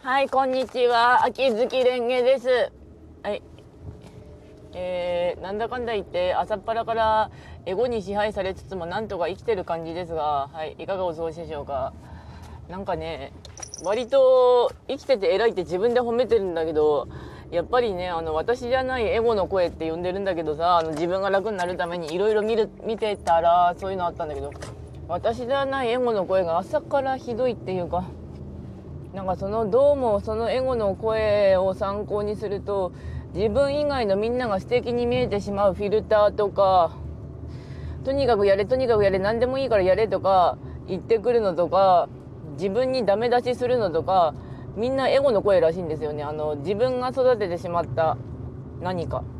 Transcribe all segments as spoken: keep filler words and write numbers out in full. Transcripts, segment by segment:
はい、こんにちは。秋月蓮華です。はい。えー、なんだかんだ言って朝っぱらからエゴに支配されつつもなんとか生きてる感じですが、はい、いかがお過ごしでしょうか。なんかね、割と生きてて偉いって自分で褒めてるんだけど、やっぱりね、あの私じゃないエゴの声って呼んでるんだけどさ、あの自分が楽になるためにいろいろ見る見てたらそういうのあったんだけど、私じゃないエゴの声が朝からひどいっていうか、なんかそのどうもそのエゴの声を参考にすると自分以外のみんなが素敵に見えてしまうフィルターとか、とにかくやれとにかくやれ何でもいいからやれとか言ってくるのとか、自分にダメ出しするのとか、みんなエゴの声らしいんですよね。あの自分が育ててしまった何か、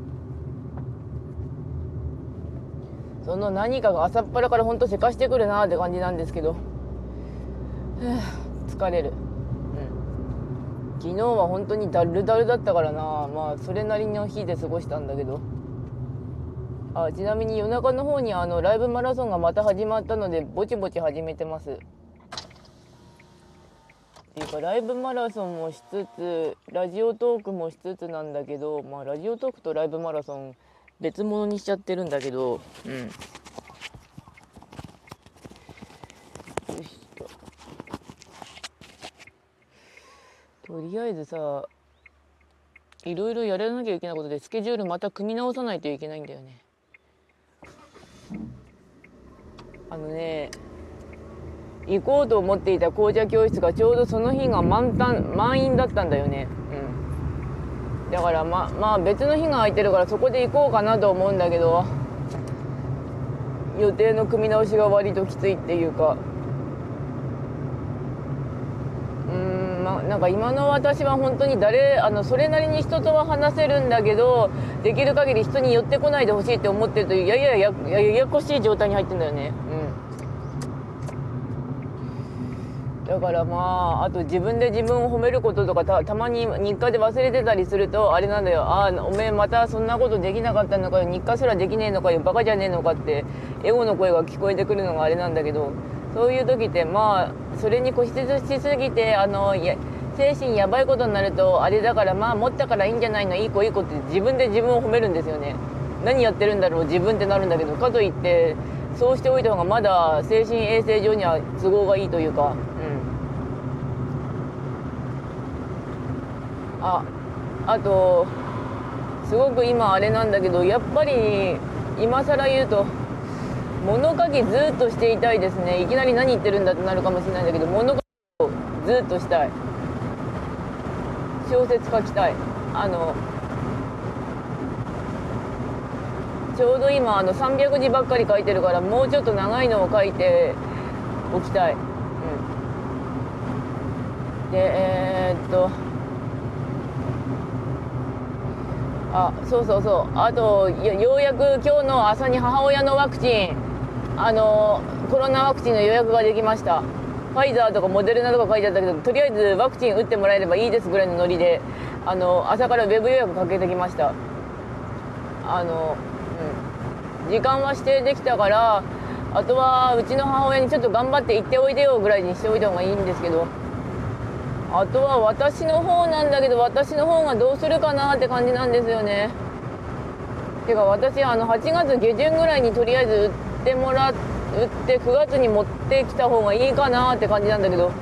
その何かが朝っぱらからほんとせかしてくるなーって感じなんですけど、疲れる。昨日は本当にダルダルだったからな。まあそれなりの日で過ごしたんだけど、あ、ちなみに夜中の方にあのライブマラソンがまた始まったのでぼちぼち始めてます。っていうかライブマラソンもしつつラジオトークもしつつなんだけど、まあラジオトークとライブマラソン別物にしちゃってるんだけど、うん。よしと。とりあえずさ、いろいろやらなきゃいけないことでスケジュールまた組み直さないといけないんだよね。あのね、行こうと思っていた紅茶教室がちょうどその日が満タン満員だったんだよね。うん。だからままあ別の日が空いてるからそこで行こうかなと思うんだけど、予定の組み直しが割ときついっていうか、うーん、まあなんか今の私は本当に誰あのそれなりに人とは話せるんだけど、できる限り人に寄ってこないでほしいって思ってるというややややややこしい状態に入ってんだよね。だからまあ、あと自分で自分を褒めることとか た, たまに日課で忘れてたりするとあれなんだよ。ああ、おめえまたそんなことできなかったのかよ、日課すらできねえのかよ、バカじゃねえのかってエゴの声が聞こえてくるのがあれなんだけど、そういう時ってまあそれに固執しすぎてあのや精神やばいことになるとあれだから、まあ持ったからいいんじゃないの、いい子いい子って自分で自分を褒めるんですよね。何やってるんだろう自分ってなるんだけど、かといってそうしておいた方がまだ精神衛生上には都合がいいというか、あ、あとすごく今あれなんだけど、やっぱり今更言うと物書きずっとしていたいですね。いきなり何言ってるんだってなるかもしれないんだけど、物書きをずっとしたい。小説書きたい。あのちょうど今あのさんびゃくじばっかり書いてるから、もうちょっと長いのを書いておきたい。うん、でえー、っとあ、そうそうそう。あとようやく今日の朝に母親のワクチン、あのコロナワクチンの予約ができました。ファイザーとかモデルナとか書いてあったけど、とりあえずワクチン打ってもらえればいいですぐらいのノリで、あの朝からウェブ予約かけてきました。あの、うん、時間は指定できたから、あとはうちの母親にちょっと頑張って行っておいでよぐらいにしておいた方がいいんですけど、あとは私の方なんだけど、私の方がどうするかなって感じなんですよね。てか私あのはちがつ下旬ぐらいにとりあえず売ってもら売ってくがつに持ってきた方がいいかなって感じなんだけど、うん、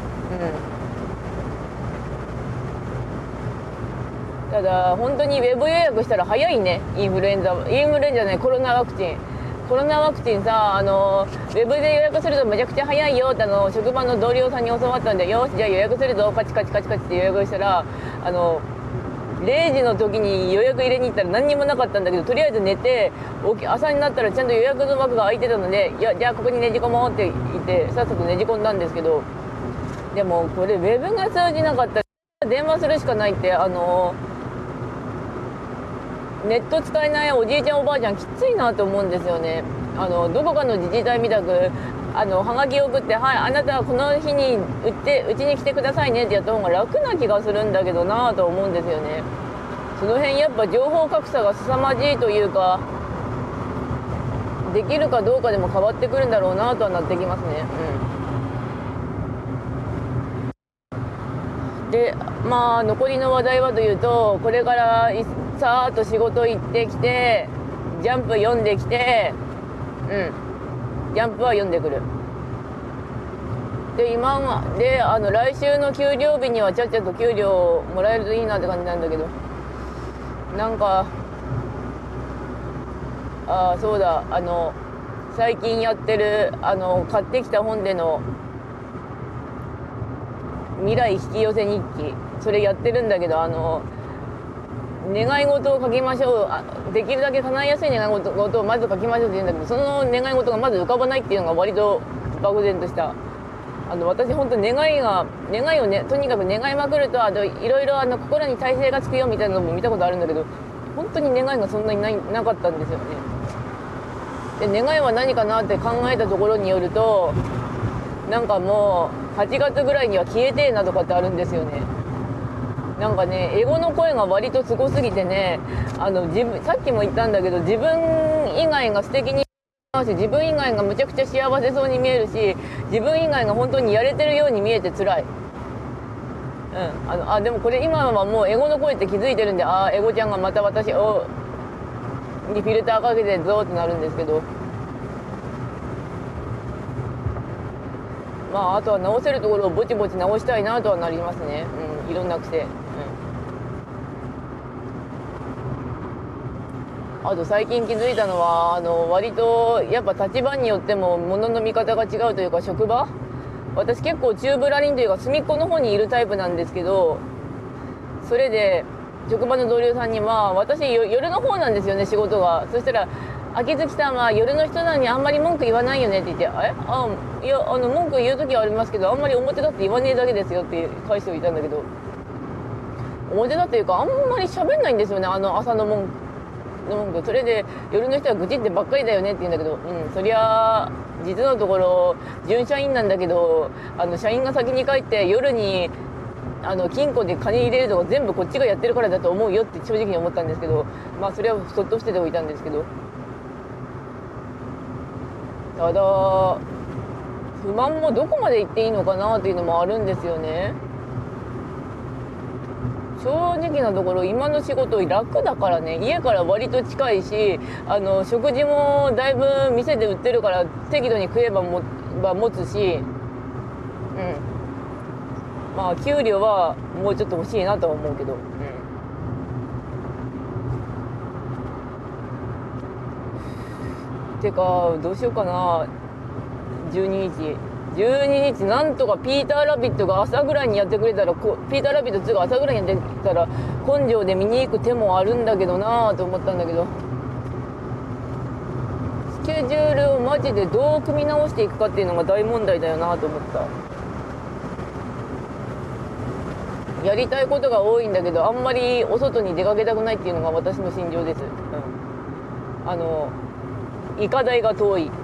ただ本当にウェブ予約したら早いね。インフルエンザインフルエンザじゃない、コロナワクチンコロナワクチンさ、あのウェブで予約するとめちゃくちゃ早いよってあの職場の同僚さんに教わったんで、よしじゃあ予約するぞ、カチカチカチカチって予約したら、あのれいじの時に予約入れに行ったら何にもなかったんだけど、とりあえず寝て起き朝になったらちゃんと予約の枠が空いてたので、いやじゃあここにねじ込もうって言ってさっさとねじ込んだんですけど、でもこれウェブが通じなかったら電話するしかないって、あのネット使えないおじいちゃんおばあちゃんきついなと思うんですよね。あのどこかの自治体みたくあのハガキを送って、はいあなたはこの日に売ってうちに来てくださいねってやった方が楽な気がするんだけどなと思うんですよね。その辺やっぱ情報格差が凄まじいというか、できるかどうかでも変わってくるんだろうなとはなってきますね。うん。 でまあ残りの話題はというと、これからさーっと仕事行ってきてジャンプ読んできて、うんジャンプは読んでくる。で今であの来週の給料日にはちゃっちゃと給料もらえるといいなって感じなんだけど、なんかあそうだあの最近やってるあの買ってきた本での未来引き寄せ日記、それやってるんだけど、あの願い事を書きましょう、あできるだけ叶いやすい願い事をまず書きましょうって言うんだけど、その願い事がまず浮かばないっていうのが割と漠然とした。あの私本当願いが願いをねとにかく願いまくると、あといろいろあの心に耐性がつくよみたいなのも見たことあるんだけど、本当に願いがそんなにないなかったんですよね。で願いは何かなって考えたところによると、なんかもうはちがつぐらいには消えてえなとかってあるんですよね。なんかねエゴの声が割とすごすぎてね、あの自分さっきも言ったんだけど、自分以外が素敵に自分以外がむちゃくちゃ幸せそうに見えるし、自分以外が本当にやれてるように見えて辛い。うん、あのあでもこれ今はもうエゴの声って気づいてるんで、あエゴちゃんがまた私をにフィルターかけてゾーってなるんですけど、まああとは直せるところをぼちぼち直したいなとはなりますね。うん、いろんな癖。あと最近気づいたのは、あの割とやっぱ立場によっても物の見方が違うというか、職場、私結構中ぶらりんというか隅っこの方にいるタイプなんですけど、それで職場の同僚さんに、まあ私夜の方なんですよね仕事が。そしたら秋月さんは夜の人なのにあんまり文句言わないよねって言って、えあいやあの文句言う時はありますけど、あんまり表立って言わねえだけですよって返しておいたんだけど、表立っていうかあんまり喋んないんですよね、あの朝の文句文句。それで夜の人は愚痴ってばっかりだよねって言うんだけど、うんそりゃ実のところ準社員なんだけど、あの社員が先に帰って夜にあの金庫で金入れるとか全部こっちがやってるからだと思うよって正直に思ったんですけど、まあそれはそっとしてておいたんですけど、ただ不満もどこまで言っていいのかなっていうのもあるんですよね。正直なところ今の仕事楽だからね、家から割と近いし、あの食事もだいぶ店で売ってるから適度に食えばもば持つし、うんまあ給料はもうちょっと欲しいなとは思うけど、うんてかどうしようかな。じゅうににちじゅうににちなんとかピーターラビットが朝ぐらいにやってくれたら、こピーターラビットつうか朝ぐらいにやってきたら根性で見に行く手もあるんだけどなぁと思ったんだけど、スケジュールをマジでどう組み直していくかっていうのが大問題だよなと思った。やりたいことが多いんだけど、あんまりお外に出かけたくないっていうのが私の心情です。うん、あの医科大が遠い。うん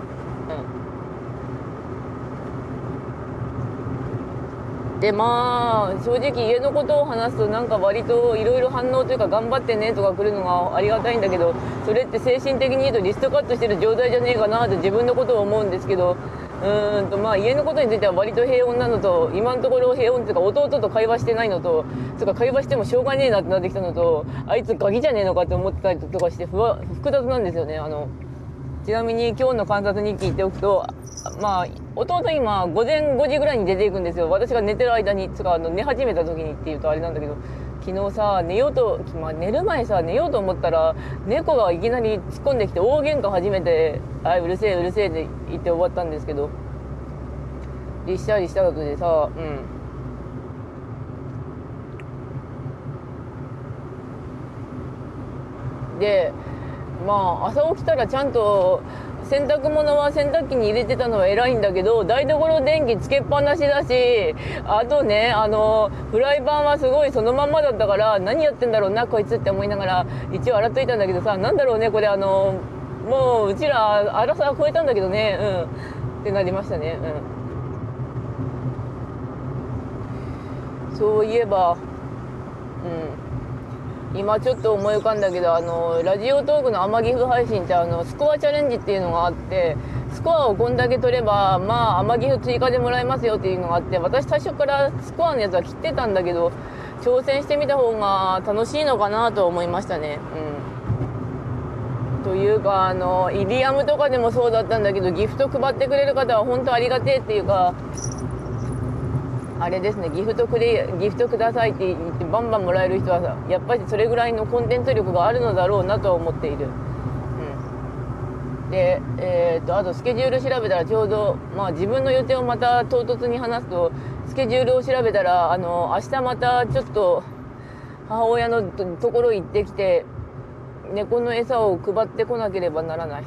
でまあ正直家のことを話すとなんか割といろいろ反応というか頑張ってねとか来るのがありがたいんだけど、それって精神的に言うとリストカットしてる状態じゃねえかなって自分のことを思うんですけど、うーんとまあ家のことについては割と平穏なのと、今のところ平穏っていうか弟と会話してないのと、つか会話してもしょうがねえなってなってきたのと、あいつガキじゃねえのかって思ってたりとかして不複雑なんですよね。あのちなみに今日の観察日記言っておくと、まあ弟今午前ごじぐらいに出ていくんですよ。私が寝てる間に、つかあの寝始めた時にっていうとあれなんだけど、昨日さ寝ようと、まあ、寝る前さ寝ようと思ったら猫がいきなり突っ込んできて大喧嘩始めて、あうるせえうるせえって言って終わったんですけど、リしたりした後でさ、うんでまあ朝起きたらちゃんと洗濯物は洗濯機に入れてたのは偉いんだけど、台所電気つけっぱなしだし、あとねあのフライパンはすごいそのまんまだったから、何やってんだろうなこいつって思いながら一応洗っといたんだけどさ、なんだろうねこれ、あのもううちら荒さ超えたんだけどね、うんってなりましたね。うんそういえばうん今ちょっと思い浮かんだけど、あのラジオトークの天岐阜配信ってあのスコアチャレンジっていうのがあって、スコアをこんだけ取ればまあ天岐阜追加でもらえますよっていうのがあって、私最初からスコアのやつは切ってたんだけど、挑戦してみた方が楽しいのかなと思いましたね。うん、というかあのイリアムとかでもそうだったんだけど、ギフト配ってくれる方は本当ありがてえっていうか、あれですね、ギフトくれギフトくださいって言ってバンバンもらえる人はさ、やっぱりそれぐらいのコンテンツ力があるのだろうなとは思っている。うん、で、えー、とあとスケジュール調べたらちょうど、まあ、自分の予定をまた唐突に話すと、スケジュールを調べたらあの明日またちょっと母親のところ行ってきて猫の餌を配ってこなければならない。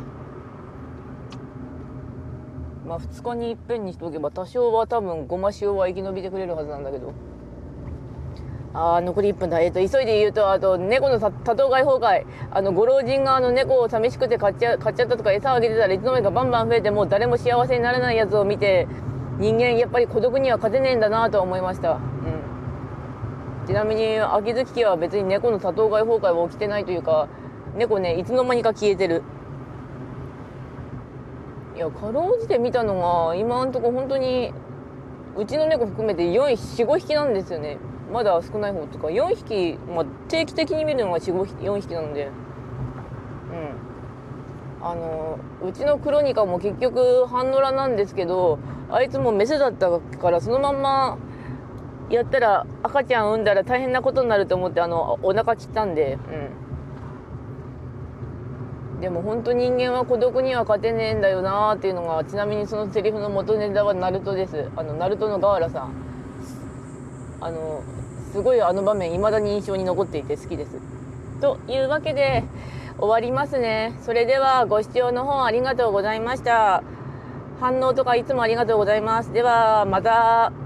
まあふつかにいっぺんにしておけば多少は多分ごま塩は生き延びてくれるはずなんだけど。あー残りいっぷんだ。えっ、ー、と急いで言うと、あと猫の多頭飼い崩壊、あのご老人があの猫を寂しくて買っちゃ買っちゃったとか餌をあげてたらいつの間にかバンバン増えて、もう誰も幸せにならないやつを見て、人間やっぱり孤独には勝てねえんだなと思いました。うん、ちなみに秋月家は別に猫の多頭飼い崩壊は起きてないというか、猫ねいつの間にか消えてる。いやかろうじて見たのが今んとこ本当にうちの猫含めてよん、ごひきなんですよね。まだ少ない方とかよんひき、まあ、定期的に見るのがよん、ごひきよんひきなので、うん、あのうちのクロニカも結局半野良なんですけど、あいつもメスだったからそのまんまやったら赤ちゃん産んだら大変なことになると思って、あのお腹切ったんで、うん、でも本当人間は孤独には勝てねえんだよなーっていうのが、ちなみにそのセリフの元ネタはナルトです。あのナルトのガーラさん、あのすごいあの場面未だに印象に残っていて好きです。というわけで終わりますね。それではご視聴の方ありがとうございました。反応とかいつもありがとうございます。ではまた。